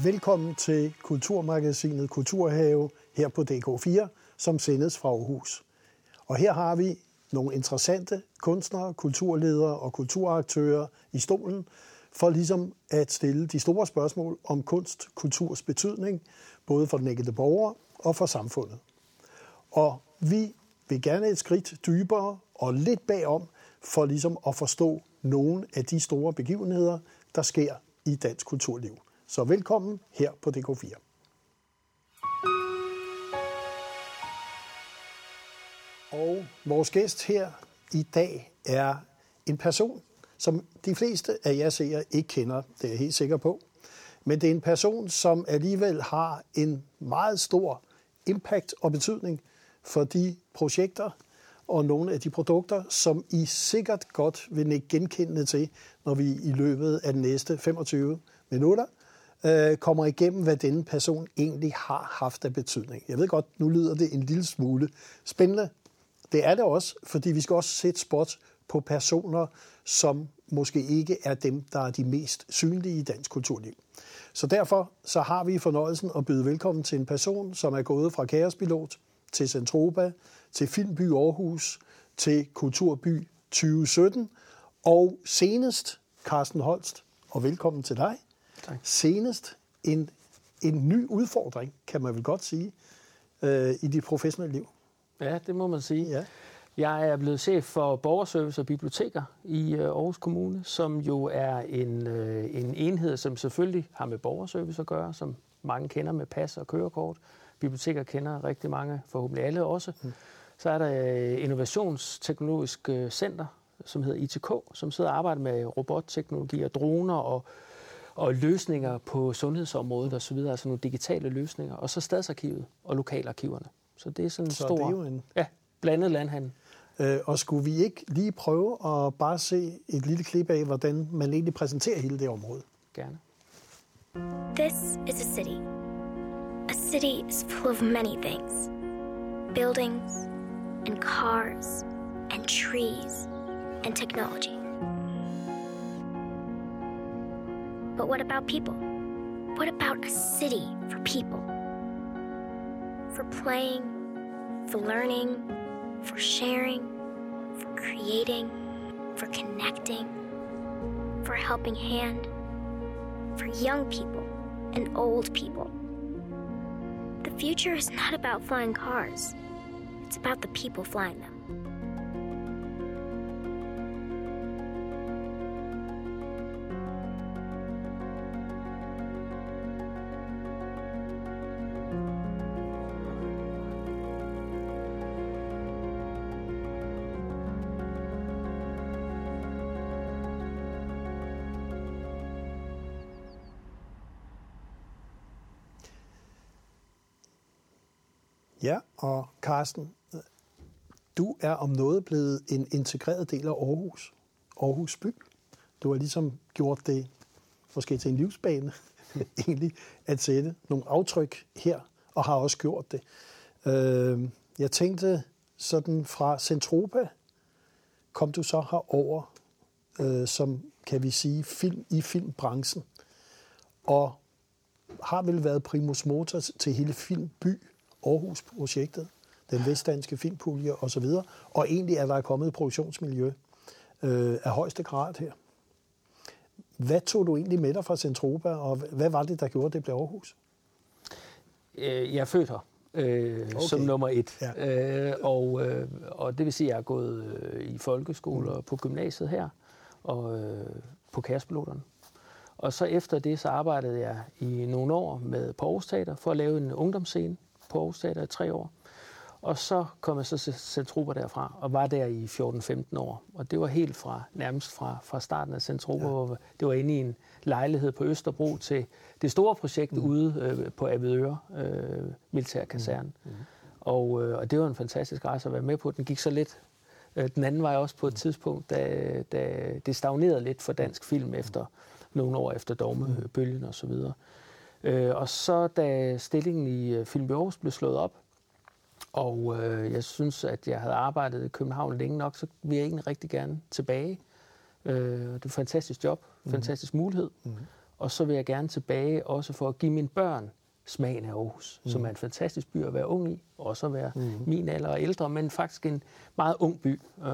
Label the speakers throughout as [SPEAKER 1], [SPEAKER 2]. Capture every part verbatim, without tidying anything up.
[SPEAKER 1] Velkommen til Kulturmagasinet Kulturhave her på D K fire, som sendes fra Aarhus. Og her har vi nogle interessante kunstnere, kulturledere og kulturaktører i stolen, for ligesom at stille de store spørgsmål om kunst, kulturs betydning, både for den enkelte borger og for samfundet. Og vi vil gerne et skridt dybere og lidt bagom, for ligesom at forstå nogle af de store begivenheder, der sker i dansk kulturliv. Så velkommen her på D K fire. Og vores gæst her i dag er en person, som de fleste af jer seere ikke kender, det er jeg helt sikker på. Men det er en person, som alligevel har en meget stor impact og betydning for de projekter og nogle af de produkter, som I sikkert godt vil nikke genkendende til, når vi i løbet af de næste femogtyve minutter øh, kommer igennem, hvad denne person egentlig har haft af betydning. Jeg ved godt, nu lyder det en lille smule spændende. Det er det også, fordi vi skal også sætte spot på personer, som måske ikke er dem, der er de mest synlige i dansk kulturliv. Så derfor så har vi fornøjelsen at byde velkommen til en person, som er gået fra Kaospilot til Zentropa, til Filmby Aarhus, til Kulturby tyve sytten, og senest Carsten Holst, og velkommen til dig.
[SPEAKER 2] Tak.
[SPEAKER 1] Senest en, en ny udfordring, kan man vel godt sige, øh, i dit professionelle liv.
[SPEAKER 2] Ja, det må man sige.
[SPEAKER 1] Ja.
[SPEAKER 2] Jeg er blevet chef for borgerservice og biblioteker i Aarhus Kommune, som jo er en, en enhed, som selvfølgelig har med borgerservice at gøre, som mange kender med pas og kørekort. Biblioteker kender rigtig mange, forhåbentlig alle også. Mm. Så er der Innovationsteknologisk Center, som hedder I T K, som sidder og arbejder med robotteknologi og droner og, og løsninger på sundhedsområdet osv., altså nogle digitale løsninger. Og så Stadsarkivet og lokalarkiverne. Så det er sådan en
[SPEAKER 1] så
[SPEAKER 2] stor,
[SPEAKER 1] det er jo en...
[SPEAKER 2] ja, blandet landhandel.
[SPEAKER 1] Øh, og skulle vi ikke lige prøve at bare se et lille klip af, hvordan man egentlig præsenterer hele det område?
[SPEAKER 2] Gerne.
[SPEAKER 3] This is a city. A city is full of many things. Buildings and cars and trees and technology. But what about people? What about a city for people? For playing, for learning, for sharing, for creating, for connecting, for a helping hand, for young people and old people. The future is not about flying cars. It's about the people flying them.
[SPEAKER 1] Ja, og Carsten, du er om noget blevet en integreret del af Aarhus, Aarhus by. Du har ligesom gjort det måske til en livsbane, egentlig, at sætte nogle aftryk her, og har også gjort det. Jeg tænkte sådan fra Zentropa, kom du så herover, som kan vi sige, film i filmbranchen, og har vel været primus motor til hele Filmby Aarhus-projektet, den vestdanske filmpulje osv., og egentlig er der kommet et produktionsmiljø øh, af højeste grad her. Hvad tog du egentlig med dig fra Zentropa, og hvad var det, der gjorde, det blev Aarhus?
[SPEAKER 2] Jeg er født her, øh, okay. som nummer et, ja. øh, og, øh, og det vil sige, at jeg er gået øh, i folkeskole og på gymnasiet her, og øh, på Kaospiloterne. Og så efter det, så arbejdede jeg i nogle år med på Aarhus Teater for at lave en ungdomsscene på Aarhus Teater i tre år. Og så kom jeg så til Zentropa derfra, og var der i fjorten femten år. Og det var helt fra, nærmest fra, fra starten af Zentropa, ja. Hvor det var inde i en lejlighed på Østerbro til det store projekt mm. ude øh, på Avedøre, øh, militærkaserne. Mm. Mm. Og, øh, og det var en fantastisk rejse at være med på. Den gik så lidt øh, den anden vej også på et mm. tidspunkt, da, da det stagnerede lidt for dansk film efter nogle år efter dogmebølgen og så videre. Øh, og så da stillingen i Filmby Aarhus blev slået op, og øh, jeg synes, at jeg havde arbejdet i København længe nok, så ville jeg egentlig rigtig gerne tilbage. Øh, det var et fantastisk job, fantastisk mm. mulighed. Mm. og så vil jeg gerne tilbage også for at give mine børn smagen af Aarhus, mm. som er en fantastisk by at være ung i, og også at være mm. min alder og ældre, men faktisk en meget ung by. Øh,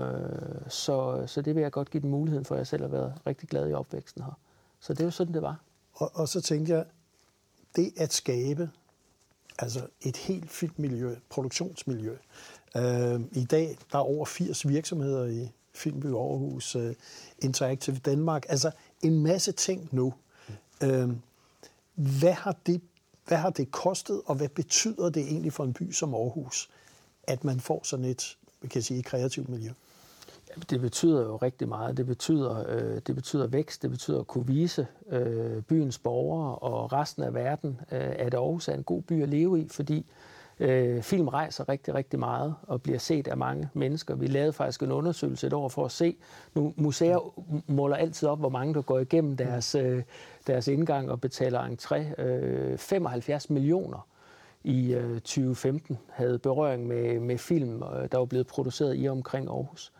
[SPEAKER 2] så, så det vil jeg godt give den muligheden for, at jeg selv har været rigtig glad i opvæksten her. Så det er jo sådan, det var.
[SPEAKER 1] Og, og så tænkte jeg, det at skabe altså et helt filmmiljø, produktionsmiljø. Øh, I dag der er over firs virksomheder i Filmby Aarhus, uh, Interactive Danmark, altså en masse ting nu. Mm. Øh, hvad har det Hvad har det kostet, og hvad betyder det egentlig for en by som Aarhus, at man får sådan et, vi kan sige, kreativt miljø?
[SPEAKER 2] Det betyder jo rigtig meget. Det betyder, øh, det betyder vækst, det betyder at kunne vise øh, byens borgere og resten af verden, øh, at Aarhus er en god by at leve i, fordi øh, film rejser rigtig, rigtig meget og bliver set af mange mennesker. Vi lavede faktisk en undersøgelse et år for at se. Nu, museer måler altid op, hvor mange der går igennem deres, øh, deres indgang og betaler entré. Øh, femoghalvfjerds millioner i øh, tyve femten havde berøring med, med film, der var blevet produceret i og omkring Aarhus.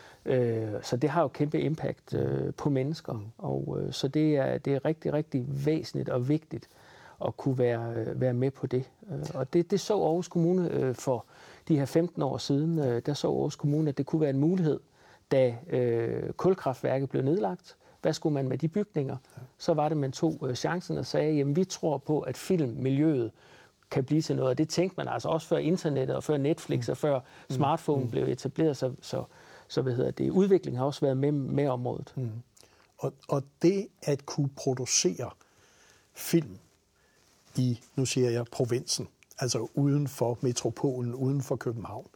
[SPEAKER 2] Så det har jo kæmpe impact øh, på mennesker, mm. og øh, så det er, det er rigtig, rigtig væsentligt og vigtigt at kunne være, øh, være med på det. Og det, det så Aarhus Kommune øh, for de her femten år siden. Øh, der så Aarhus Kommune, at det kunne være en mulighed, da øh, kulkraftværket blev nedlagt. Hvad skulle man med de bygninger? Ja. Så var det, man tog øh, chancen og sagde, jamen vi tror på, at filmmiljøet kan blive til noget. Og det tænkte man altså også før internettet og før Netflix mm. og før smartphone mm. blev etableret, så, så Så hvad hedder det? Udviklingen har også været med, med området. Mm.
[SPEAKER 1] Og, og det at kunne producere film i, nu siger jeg, provinsen, altså uden for metropolen, uden for København.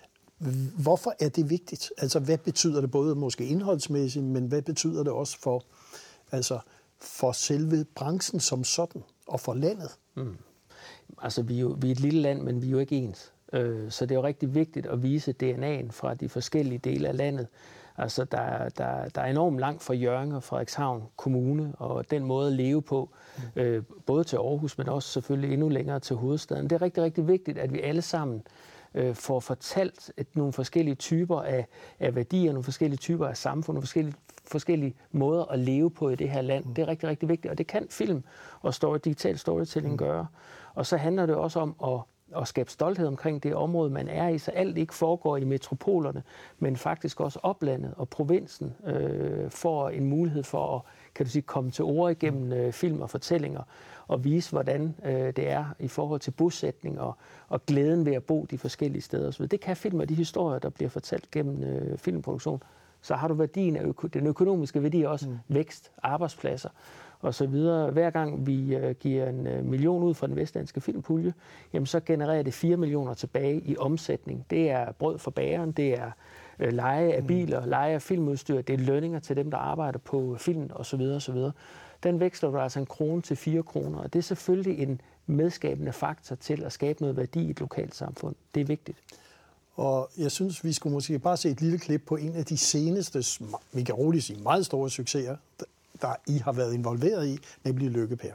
[SPEAKER 1] Hvorfor er det vigtigt? Altså, hvad betyder det både måske indholdsmæssigt, men hvad betyder det også for, altså, for selve branchen som sådan og for landet? Mm.
[SPEAKER 2] Altså, vi er jo vi er et lille land, men vi er jo ikke ens. Så det er jo rigtig vigtigt at vise D N A'en fra de forskellige dele af landet. Altså, der, der, der er enormt langt fra Hjørring og Frederikshavn Kommune, og den måde at leve på, mm. øh, både til Aarhus, men også selvfølgelig endnu længere til hovedstaden. Det er rigtig, rigtig vigtigt, at vi alle sammen øh, får fortalt et, nogle forskellige typer af, af værdier, nogle forskellige typer af samfund, nogle forskellige, forskellige måder at leve på i det her land. Mm. Det er rigtig, rigtig vigtigt, og det kan film og story, digital storytelling mm. gøre. Og så handler det også om at og skabe stolthed omkring det område, man er i, så alt ikke foregår i metropolerne, men faktisk også oplandet og provinsen øh, får en mulighed for at, kan du sige, komme til ord igennem øh, film og fortællinger, og vise, hvordan øh, det er i forhold til bosætning og, og glæden ved at bo de forskellige steder. Så det kan film og de historier, der bliver fortalt gennem øh, filmproduktion. Så har du værdien af øko- den økonomiske værdi også, mm. vækst, arbejdspladser og så videre. Hver gang vi øh, giver en øh, million ud fra den vestdanske filmpulje, jamen så genererer det fire millioner tilbage i omsætning. Det er brød for bageren, det er øh, leje af biler, mm. leje af filmudstyr, det er lønninger til dem, der arbejder på film og så videre og så videre. Den veksler du altså en krone til fire kroner, og det er selvfølgelig en medskabende faktor til at skabe noget værdi i et lokalt samfund. Det er vigtigt.
[SPEAKER 1] Og jeg synes, vi skulle måske bare se et lille klip på en af de seneste, vi kan roligt sige, meget store succeser, der I har været involveret i, nemlig Lykke-Per.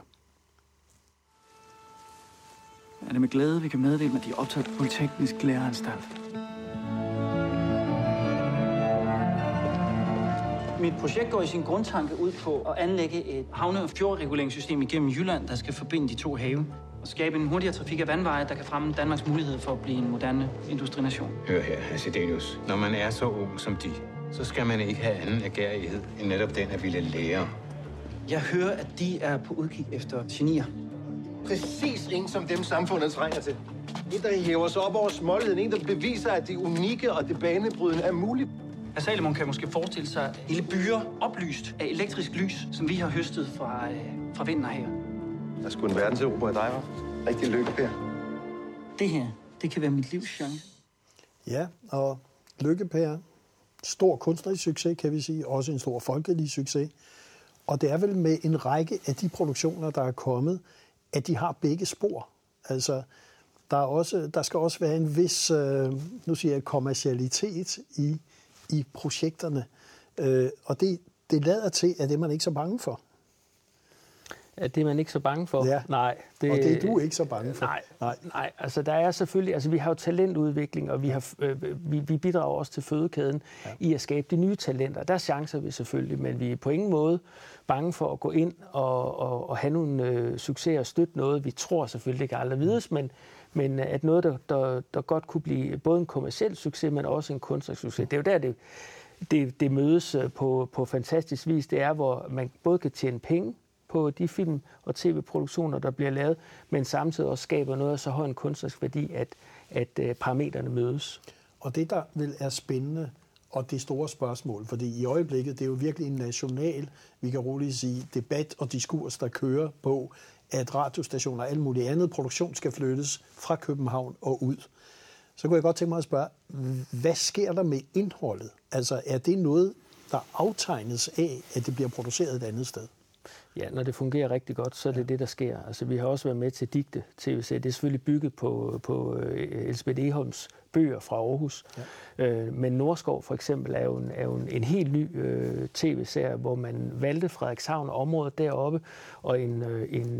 [SPEAKER 4] Er det med glæde, vi kan meddele, at de er optaget på Polyteknisk Læreranstalt. Mit projekt går i sin grundtanke ud på at anlægge et havne- og fjordreguleringssystem igennem Jylland, der skal forbinde de to have. Og skabe en hurtigere trafik af vandveje, der kan fremme Danmarks mulighed for at blive en moderne industrination.
[SPEAKER 5] Hør her, Hasidenius. Når man er så ung som de, så skal man ikke have anden agerighed end netop den at ville lære.
[SPEAKER 4] Jeg hører, at de er på udkig efter genier.
[SPEAKER 6] Præcis en som dem, samfundet trænger til. En, der hæver sig op over småligheden. En, der beviser, at det unikke og det banebrydende er muligt.
[SPEAKER 4] Hr. Salomon kan måske forestille sig hele byer oplyst af elektrisk lys, som vi har høstet fra, øh, fra vinden her.
[SPEAKER 6] Der skulle en verdensopera i dig, var. Rigtig lykke, Per.
[SPEAKER 4] Det her, det kan være mit livs chance.
[SPEAKER 1] Ja, og Lykke-Per, stor kunstnerisk succes, kan vi sige. Også en stor folkelig succes. Og det er vel med en række af de produktioner, der er kommet, at de har begge spor. Altså, der, er også, der skal også være en vis, øh, nu siger jeg, kommercialitet i, i projekterne. Øh, og det, det lader til, at det er man ikke så bange for.
[SPEAKER 2] at det er man ikke så bange for.
[SPEAKER 1] Ja.
[SPEAKER 2] Nej, det,
[SPEAKER 1] og det er du ikke så bange for.
[SPEAKER 2] Nej, nej. nej, altså der er selvfølgelig, altså vi har jo talentudvikling, og vi, har, øh, vi, vi bidrager også til fødekæden ja. i at skabe de nye talenter. Der chancer vi selvfølgelig, men vi er på ingen måde bange for at gå ind og, og, og have nogle øh, succeser og støtte noget. Vi tror selvfølgelig ikke aldrig vides, men, men at noget, der, der, der godt kunne blive både en kommerciel succes, men også en kunstnerisk succes. Det er jo der, det, det, det mødes på, på fantastisk vis. Det er, hvor man både kan tjene penge på de film- og tv-produktioner, der bliver lavet, men samtidig også skaber noget af så høj en kunstnerisk værdi, at, at parametrene mødes.
[SPEAKER 1] Og det, der vel er spændende, og det store spørgsmål, fordi i øjeblikket, det er jo virkelig en national, vi kan roligt sige, debat og diskurs, der kører på, at radiostationer og alt muligt andet produktion skal flyttes fra København og ud. Så kunne jeg godt tænke mig at spørge, hvad sker der med indholdet? Altså, er det noget, der aftegnes af, at det bliver produceret et andet sted?
[SPEAKER 2] Ja, når det fungerer rigtig godt, så er det ja. det, der sker. Altså, vi har også været med til Digte T V-serie. Det er selvfølgelig bygget på, på Elsebeth Egholms bøger fra Aarhus. Ja. Øh, men Nordskov for eksempel er jo en, er jo en, en helt ny øh, tv-serie, hvor man valgte Frederikshavn og området deroppe, og en, øh, en,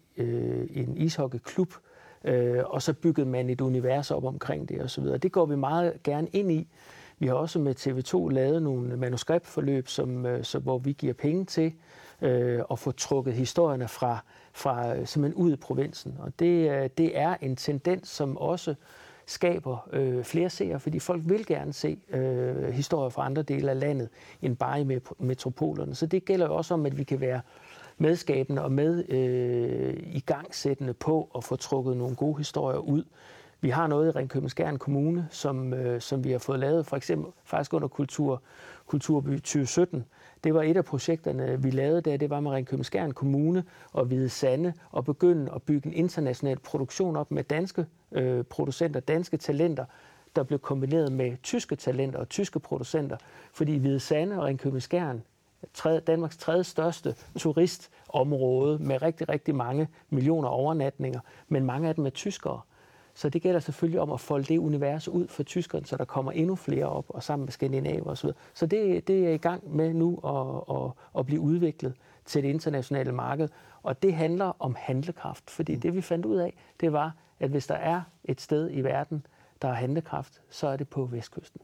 [SPEAKER 2] øh, en ishockeyklub, øh, og så byggede man et univers op omkring det osv. Det går vi meget gerne ind i. Vi har også med T V to lavet nogle manuskriptforløb, som, øh, så, hvor vi giver penge til øh, at få trukket historierne fra, fra simpelthen ud i provinsen. Og det, det er en tendens, som også skaber øh, flere seere, fordi folk vil gerne se øh, historier fra andre dele af landet, end bare i metropolerne. Så det gælder jo også om, at vi kan være medskabende og med øh, igangsættende på at få trukket nogle gode historier ud. Vi har noget i Ringkøbing-Skjern Kommune, som, øh, som vi har fået lavet, for eksempel faktisk under Kultur, Kulturby tyve sytten. Det var et af projekterne, vi lavede der. Det var med Ringkøbing-Skjern Kommune og Hvide Sande og begynde at bygge en international produktion op med danske øh, producenter, danske talenter, der blev kombineret med tyske talenter og tyske producenter. Fordi Hvide Sande og Ringkøbing-Skjern, Danmarks tredje største turistområde med rigtig, rigtig mange millioner overnatninger, men mange af dem er tyskere. Så det gælder selvfølgelig om at folde det univers ud for tyskerne, så der kommer endnu flere op, og sammen med skandinaver osv. Så det, det er i gang med nu at, at, at blive udviklet til det internationale marked. Og det handler om handlekraft, fordi det vi fandt ud af, det var, at hvis der er et sted i verden, der har handlekraft, så er det på Vestkysten.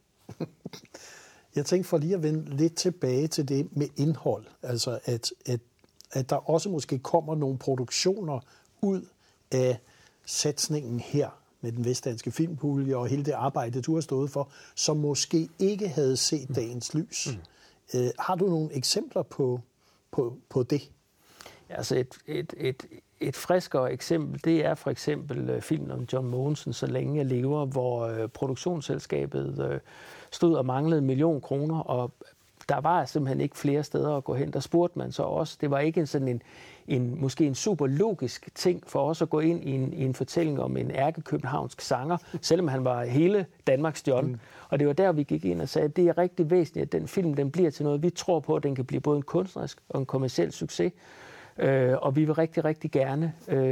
[SPEAKER 1] Jeg tænkte for lige at vende lidt tilbage til det med indhold. Altså at, at, at der også måske kommer nogle produktioner ud af satsningen her med den vestdanske filmpulje og hele det arbejde, du har stået for, som måske ikke havde set dagens lys. Mm. Øh, har du nogle eksempler på, på, på det?
[SPEAKER 2] Altså et, et, et, et friskere eksempel, det er for eksempel filmen om John Mogensen, Så længe jeg lever, hvor øh, produktionsselskabet øh, stod og manglede en million kroner, og der var simpelthen ikke flere steder at gå hen. Der spurgte man så også. Det var ikke sådan en, en måske en super logisk ting for os at gå ind i en, i en fortælling om en ærkekøbenhavnsk sanger, selvom han var hele Danmarks John. Mm. Og det var der, vi gik ind og sagde, at det er rigtig væsentligt, at den film den bliver til noget. Vi tror på, at den kan blive både en kunstnerisk og en kommerciel succes. Øh, og vi vil rigtig, rigtig gerne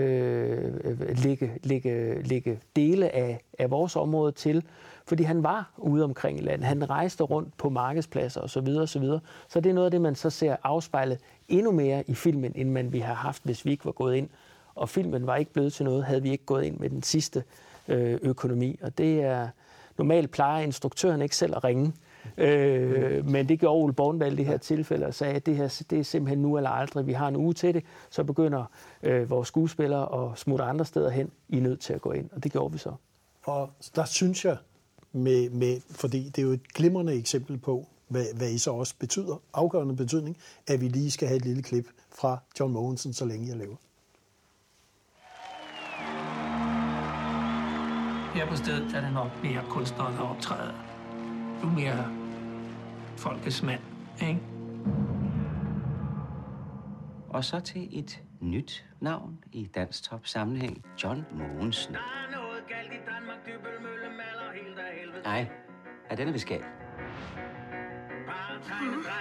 [SPEAKER 2] øh, lægge, lægge, lægge dele af, af vores område til, fordi han var ude omkring i landet. Han rejste rundt på markedspladser osv. Så, videre, så, videre. Så det er noget af det, man så ser afspejlet endnu mere i filmen, end man vi har haft, hvis vi ikke var gået ind. Og filmen var ikke blevet til noget, havde vi ikke gået ind med den sidste øh, økonomi. Og det er normalt plejer instruktøren ikke selv at ringe. Øh, men det gjorde Ole Bornvald i det her tilfælde og sagde, at det her det er simpelthen nu eller aldrig. Vi har en uge til det, så begynder øh, vores skuespillere at smutte andre steder hen. I er nødt til at gå ind, og det gjorde vi så.
[SPEAKER 1] Og der synes jeg, med, med, fordi det er jo et glimrende eksempel på, hvad, hvad I så også betyder, afgørende betydning, at vi lige skal have et lille klip fra John Mogensen, Så længe jeg lever.
[SPEAKER 7] Her på stedet er det nok mere kunstnere, der optræder. Du er mere folkets mand, ikke?
[SPEAKER 8] Og så til et nyt navn i dansk top sammenhæng. John Mogensen. Nej, ja, den er vist galt.
[SPEAKER 3] Far!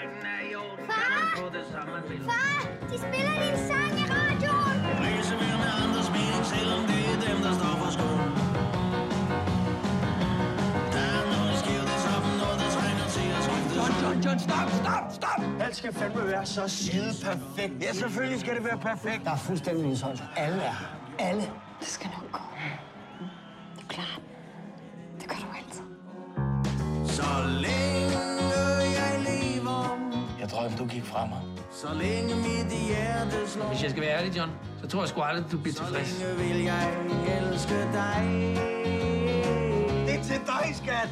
[SPEAKER 3] Far! De spiller din sang i radioen! Læse mere med andres mening, selvom det er dem, der står for skolen.
[SPEAKER 7] John, John,
[SPEAKER 9] John, stop, stop, stop! Alt skal fandme være så skide perfekt. Ja, selvfølgelig skal det være perfekt. Der er fuldstændig Nils. Alle er her. Alle.
[SPEAKER 10] Det skal nok gå. Det er klart. Det gør du altid.
[SPEAKER 9] Så længe jeg lever. Jeg drømte, du gik fra mig. Så længe mit hjerte slår.
[SPEAKER 7] Hvis jeg skal være ærlig, John, så tror jeg sgu aldrig, du bliver tilfreds.
[SPEAKER 9] Så længe vil jeg elske dig. Det er til dig, skat.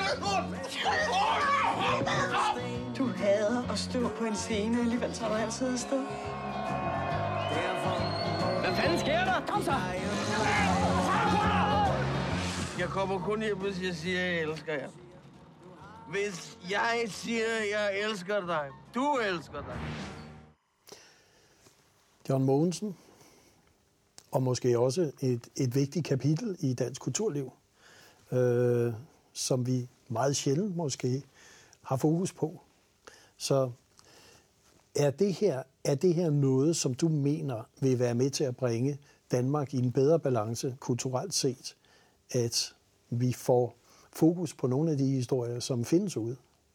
[SPEAKER 10] Du hader at stå på en scene, alligevel tager du altid afsted.
[SPEAKER 7] Hvad fanden sker der? Kom så!
[SPEAKER 9] Jeg kommer kun hjem, hvis jeg siger, at jeg elsker jer. Hvis jeg siger, at jeg elsker dig, du elsker dig.
[SPEAKER 1] John Mogensen, og måske også et, et vigtigt kapitel i dansk kulturliv, øh, som vi meget sjældent måske har fokus på. Så er det her, er det her noget, som du mener vil være med til at bringe Danmark i en bedre balance kulturelt set, at vi får fokus på nogle af de historier, som findes ude?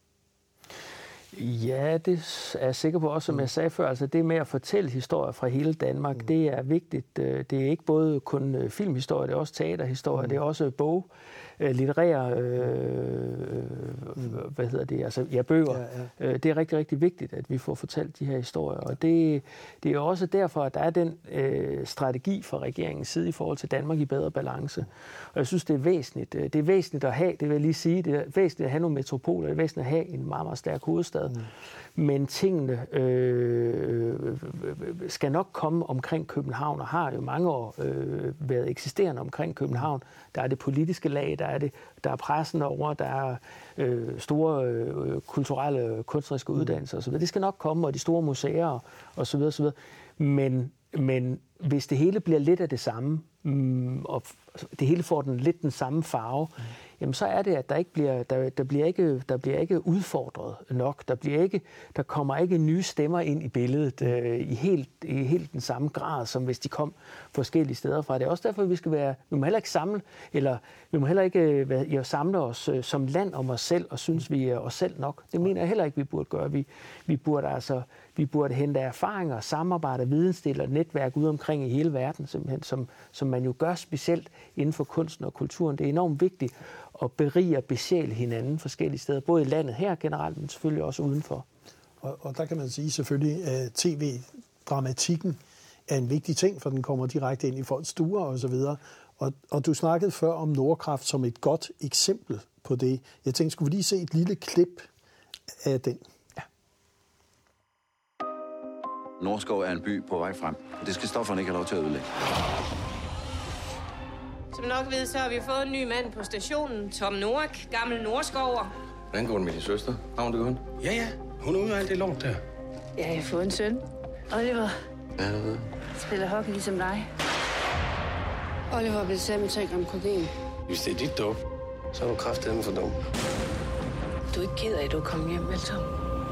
[SPEAKER 2] Ja, det er jeg sikker på også, som jeg sagde før. Altså det med at fortælle historier fra hele Danmark, mm. det er vigtigt. Det er ikke både kun filmhistorie, det er også teaterhistorie, mm. det er også bog, litterære, øh, mm. hvad hedder det, altså ja, bøger. Ja, ja. Det er rigtig, rigtig vigtigt, at vi får fortalt de her historier. Og det, det er også derfor, at der er den øh, strategi fra regeringens side i forhold til Danmark i bedre balance. Og jeg synes, det er væsentligt. Det er væsentligt at have, det vil jeg lige sige, det er væsentligt at have nogle metropoler, det er væsentligt at have en meget, meget stærk hovedstad. Mm. Men tingene øh, skal nok komme omkring København, og har jo mange år øh, været eksisterende omkring København. Der er det politiske lag, der er, det, der er pressen over, der er øh, store øh, kulturelle, kunstneriske uddannelser osv. Det skal nok komme, og de store museer osv. osv. Men, men hvis det hele bliver lidt af det samme, mm, og det hele får den lidt den samme farve, mm. jamen så er det, at der ikke bliver, der, der bliver ikke, der bliver ikke udfordret nok. Der bliver ikke, der kommer ikke nye stemmer ind i billedet øh, i helt, i helt den samme grad, som hvis de kom forskellige steder fra. Det er også derfor, vi skal være, vi må heller ikke samle, eller vi må heller ikke være, ja, samle os øh, som land om os selv og synes vi er os selv nok. Det mener jeg heller ikke, vi burde gøre. Vi, vi burde altså, vi burde hente erfaringer, samarbejde, vidensdel og netværk ude omkring i hele verden, simpelthen, som, som man jo gør specielt inden for kunsten og kulturen. Det er enormt vigtigt at berige og besjæle hinanden forskellige steder, både i landet her generelt, men selvfølgelig også udenfor.
[SPEAKER 1] Og, og der kan man sige selvfølgelig, at tv-dramatikken er en vigtig ting, for den kommer direkte ind i folks stuer og så videre. Og, og du snakkede før om Nordkraft som et godt eksempel på det. Jeg tænkte, skulle vi lige se et lille klip af den? Ja.
[SPEAKER 11] Norskov er en by på vej frem. Det skal stofferne ikke have lov til at ødelægge.
[SPEAKER 12] Som nok ved, så har vi fået en ny mand på stationen. Tom Noak, gammel Nordskover.
[SPEAKER 11] Hvordan går det med din søster? Har hun det godt?
[SPEAKER 9] Ja, ja. Hun er ude af alt det lort der.
[SPEAKER 10] Ja, jeg har fået en søn. Oliver.
[SPEAKER 11] Ja, det ved jeg.
[SPEAKER 10] Spiller hockey ligesom dig. Oliver er blevet sat med tre gram kokain.
[SPEAKER 9] Hvis det er dit dog, så er du kraftedeme for dum.
[SPEAKER 10] Du er ikke ked af, at du er kommet hjem, vel, Tom?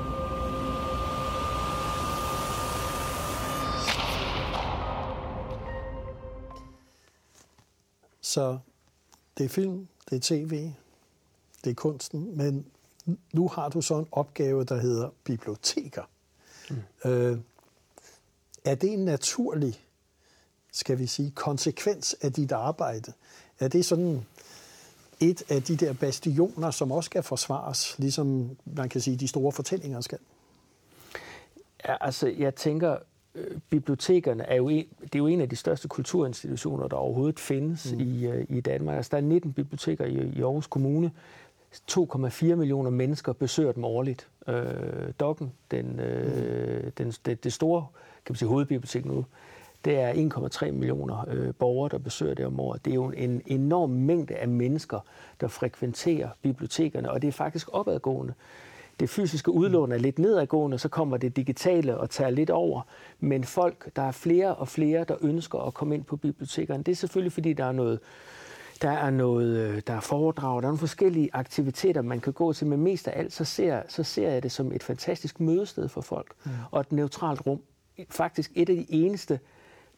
[SPEAKER 1] Så det er film, det er tv, det er kunsten, men nu har du så en opgave, der hedder biblioteker. Mm. Øh, er det en naturlig, skal vi sige, konsekvens af dit arbejde? Er det sådan et af de der bastioner, som også skal forsvares, ligesom man kan sige, de store fortællinger skal?
[SPEAKER 2] Ja, altså jeg tænker, bibliotekerne er jo en, det er jo en af de største kulturinstitutioner, der overhovedet findes mm. i, i Danmark. Altså, der er nitten biblioteker i, i Aarhus Kommune. to komma fire millioner mennesker besøger dem årligt. Øh, Dokken, den, øh, den, det, det store kan man sige, hovedbibliotek nu, det er en komma tre millioner øh, borgere, der besøger det om året. Det er jo en enorm mængde af mennesker, der frekventerer bibliotekerne, og det er faktisk opadgående. Det fysiske udlån er lidt nedadgående, så kommer det digitale og tager lidt over. Men folk, der er flere og flere, der ønsker at komme ind på bibliotekerne. Det er selvfølgelig, fordi der er noget, der er noget, der er foredrag, der er nogle forskellige aktiviteter, man kan gå til. Men mest af alt, så ser, så ser jeg det som et fantastisk mødested for folk. Mm. Og et neutralt rum. Faktisk et af de eneste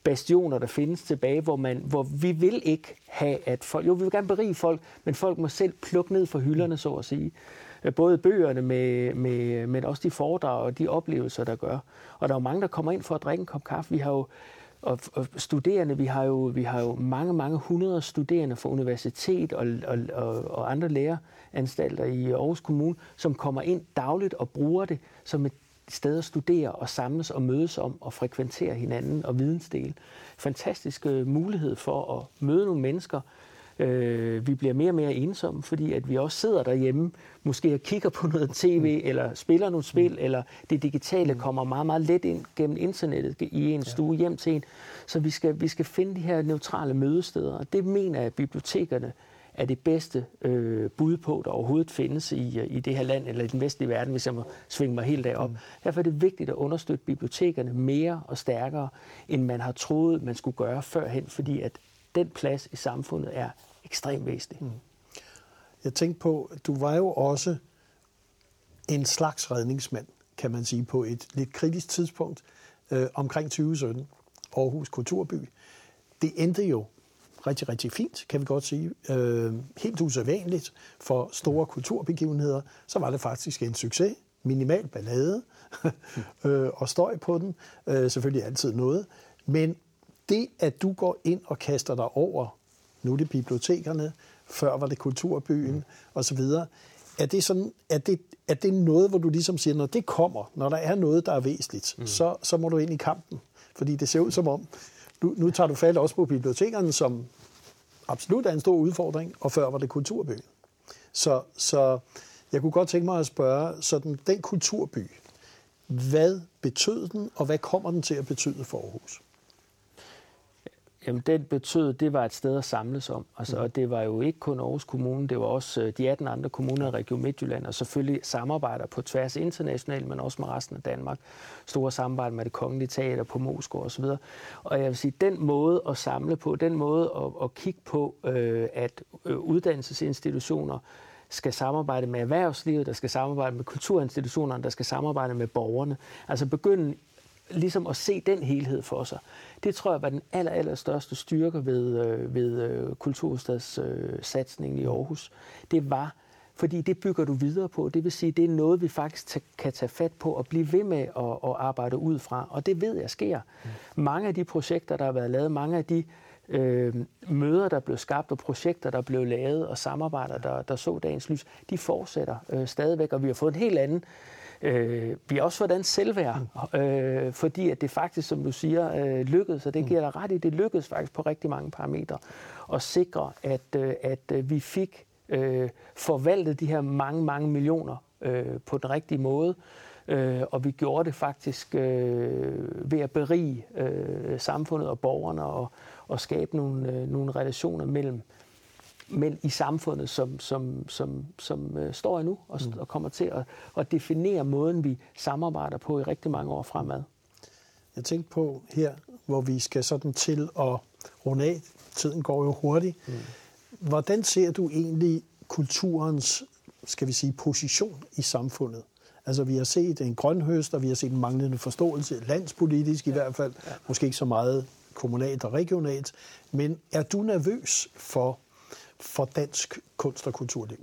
[SPEAKER 2] bastioner, der findes tilbage, hvor, man, hvor vi vil ikke have, at folk... Jo, vi vil gerne berige folk, men folk må selv plukke ned fra hylderne, så at sige. Både bøgerne, med, med, men også de foredrag og de oplevelser, der gør. Og der er jo mange, der kommer ind for at drikke en kop kaffe. Vi har jo og, og studerende, vi har jo, vi har jo mange, mange hundrede studerende fra universitet og, og, og, og andre læreranstalter i Aarhus Kommune, som kommer ind dagligt og bruger det som et sted at studere og samles og mødes om og frekventere hinanden og vidensdele. Fantastisk uh, mulighed for at møde nogle mennesker. Uh, vi bliver mere og mere ensomme, fordi at vi også sidder derhjemme, måske og kigger på noget tv, mm. eller spiller nogle spil, mm. eller det digitale mm. kommer meget, meget let ind gennem internettet i en stue hjem til en. Så vi skal, vi skal finde de her neutrale mødesteder, og det mener jeg, at bibliotekerne er det bedste øh, bud på, der overhovedet findes i, i det her land, eller i den vestlige verden, hvis jeg må svinge mig helt derop. Mm. Derfor er det vigtigt at understøtte bibliotekerne mere og stærkere, end man har troet, man skulle gøre førhen, fordi at den plads i samfundet er ekstremt væsentlig. Mm.
[SPEAKER 1] Jeg tænkte på, du var jo også en slags redningsmand, kan man sige, på et lidt kritisk tidspunkt øh, omkring tyve sytten, Aarhus Kulturby. Det endte jo rigtig, rigtig fint, kan vi godt sige. Øh, helt usædvanligt for store kulturbegivenheder, så var det faktisk en succes. Minimal ballade øh, og støj på den. Øh, selvfølgelig altid noget. Men det, at du går ind og kaster dig over, nu er det bibliotekerne, før var det Kulturbyen mm. osv., er det, sådan, er, det, er det noget, hvor du ligesom siger, når det kommer, når der er noget, der er væsentligt, mm. så, så må du ind i kampen. Fordi det ser ud som om, nu, nu tager du fat også på bibliotekerne, som absolut er en stor udfordring, og før var det Kulturbyen. Så, så jeg kunne godt tænke mig at spørge, sådan, den kulturby, hvad betød den, og hvad kommer den til at betyde for Aarhus?
[SPEAKER 2] Jamen, det betød, det var et sted at samles om. Altså, og det var jo ikke kun Aarhus Kommune, det var også de atten andre kommuner i Region Midtjylland, og selvfølgelig samarbejder på tværs internationalt, men også med resten af Danmark. Store samarbejder med Det Kongelige Teater på Moesgaard osv. Og jeg vil sige, den måde at samle på, den måde at, at kigge på, øh, at uddannelsesinstitutioner skal samarbejde med erhvervslivet, der skal samarbejde med kulturinstitutionerne, der skal samarbejde med borgerne. Altså begynde ligesom at se den helhed for sig. Det tror jeg var den aller, aller største styrke ved, øh, ved øh, kulturstadssatsningen øh, i Aarhus. Det var, fordi det bygger du videre på. Det vil sige, det er noget, vi faktisk kan tage fat på og blive ved med at, at arbejde ud fra. Og det ved jeg sker. Mm. Mange af de projekter, der har været lavet, mange af de øh, møder, der blev skabt, og projekter, der blev lavet, og samarbejder, der, der så dagens lys, de fortsætter øh, stadigvæk. Og vi har fået en helt anden Øh, vi har også fået den selvværd, øh, fordi at det faktisk, som du siger, øh, lykkedes, og det giver dig ret i, det lykkedes faktisk på rigtig mange parametre, at sikre, at, øh, at øh, vi fik øh, forvaltet de her mange, mange millioner øh, på den rigtige måde, øh, og vi gjorde det faktisk øh, ved at berige øh, samfundet og borgerne, og, og skabe nogle, øh, nogle relationer mellem men i samfundet, som, som, som, som øh, står endnu og, mm. og kommer til at, at definere måden, vi samarbejder på i rigtig mange år fremad.
[SPEAKER 1] Jeg tænkte på her, hvor vi skal sådan til at runde af. Tiden går jo hurtigt. Mm. Hvordan ser du egentlig kulturens, skal vi sige, position i samfundet? Altså, vi har set en grønhøst, og vi har set en manglende forståelse, landspolitisk i ja. hvert fald, ja. måske ikke så meget kommunalt og regionalt. Men er du nervøs for for dansk kunst- og kulturliv?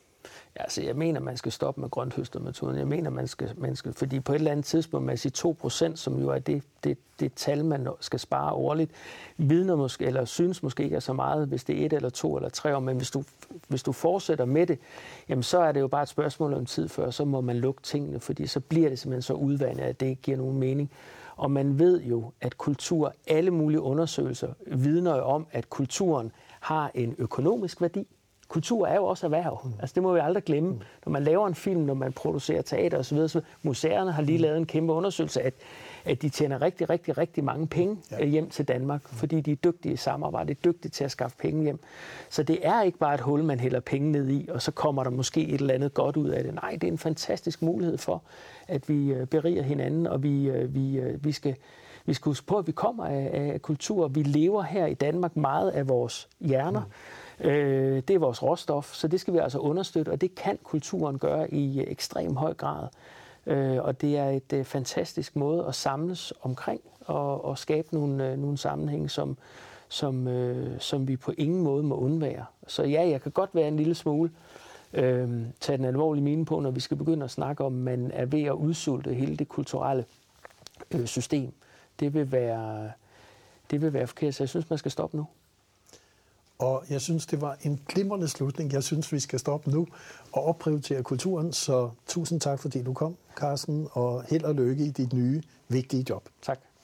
[SPEAKER 2] Ja, altså, jeg mener, man skal stoppe med grønthøstermetoden. Jeg mener, man skal, man skal, fordi på et eller andet tidspunkt, man siger to procent, som jo er det, det, det tal, man skal spare årligt, vidner måske, eller synes måske ikke er så meget, hvis det er et eller to eller tre år, men hvis du, hvis du fortsætter med det, jamen så er det jo bare et spørgsmål om tid før, så må man lukke tingene, fordi så bliver det simpelthen så udvandet, at det ikke giver nogen mening. Og man ved jo, at kultur, alle mulige undersøgelser, vidner jo om, at kulturen har en økonomisk værdi. Kultur er jo også erhverv. Mm. Altså, det må vi aldrig glemme. Mm. Når man laver en film, når man producerer teater osv., så museerne har lige lavet en kæmpe undersøgelse, at, at de tjener rigtig, rigtig, rigtig mange penge ja. hjem til Danmark, mm. fordi de er dygtige i samarbejde, de er dygtige til at skaffe penge hjem. Så det er ikke bare et hul, man hælder penge ned i, og så kommer der måske et eller andet godt ud af det. Nej, det er en fantastisk mulighed for, at vi beriger hinanden, og vi, vi, vi skal... Vi skal huske på, at vi kommer af, af kultur. Vi lever her i Danmark meget af vores hjerner. Mm. Øh, det er vores råstof, så det skal vi altså understøtte, og det kan kulturen gøre i ekstrem høj grad. Øh, og det er et uh, fantastisk måde at samles omkring og, og skabe nogle, øh, nogle sammenhænge, som, som, øh, som vi på ingen måde må undvære. Så ja, jeg kan godt være en lille smule øh, tage den alvorlige mine på, når vi skal begynde at snakke om, at man er ved at udsulte hele det kulturelle øh, system. Det vil være, det vil være forkert, så jeg synes, man skal stoppe nu.
[SPEAKER 1] Og jeg synes, det var en glimrende slutning. Jeg synes, vi skal stoppe nu og opprioritere kulturen. Så tusind tak, fordi du kom, Carsten, og held og lykke i dit nye, vigtige job.
[SPEAKER 2] Tak.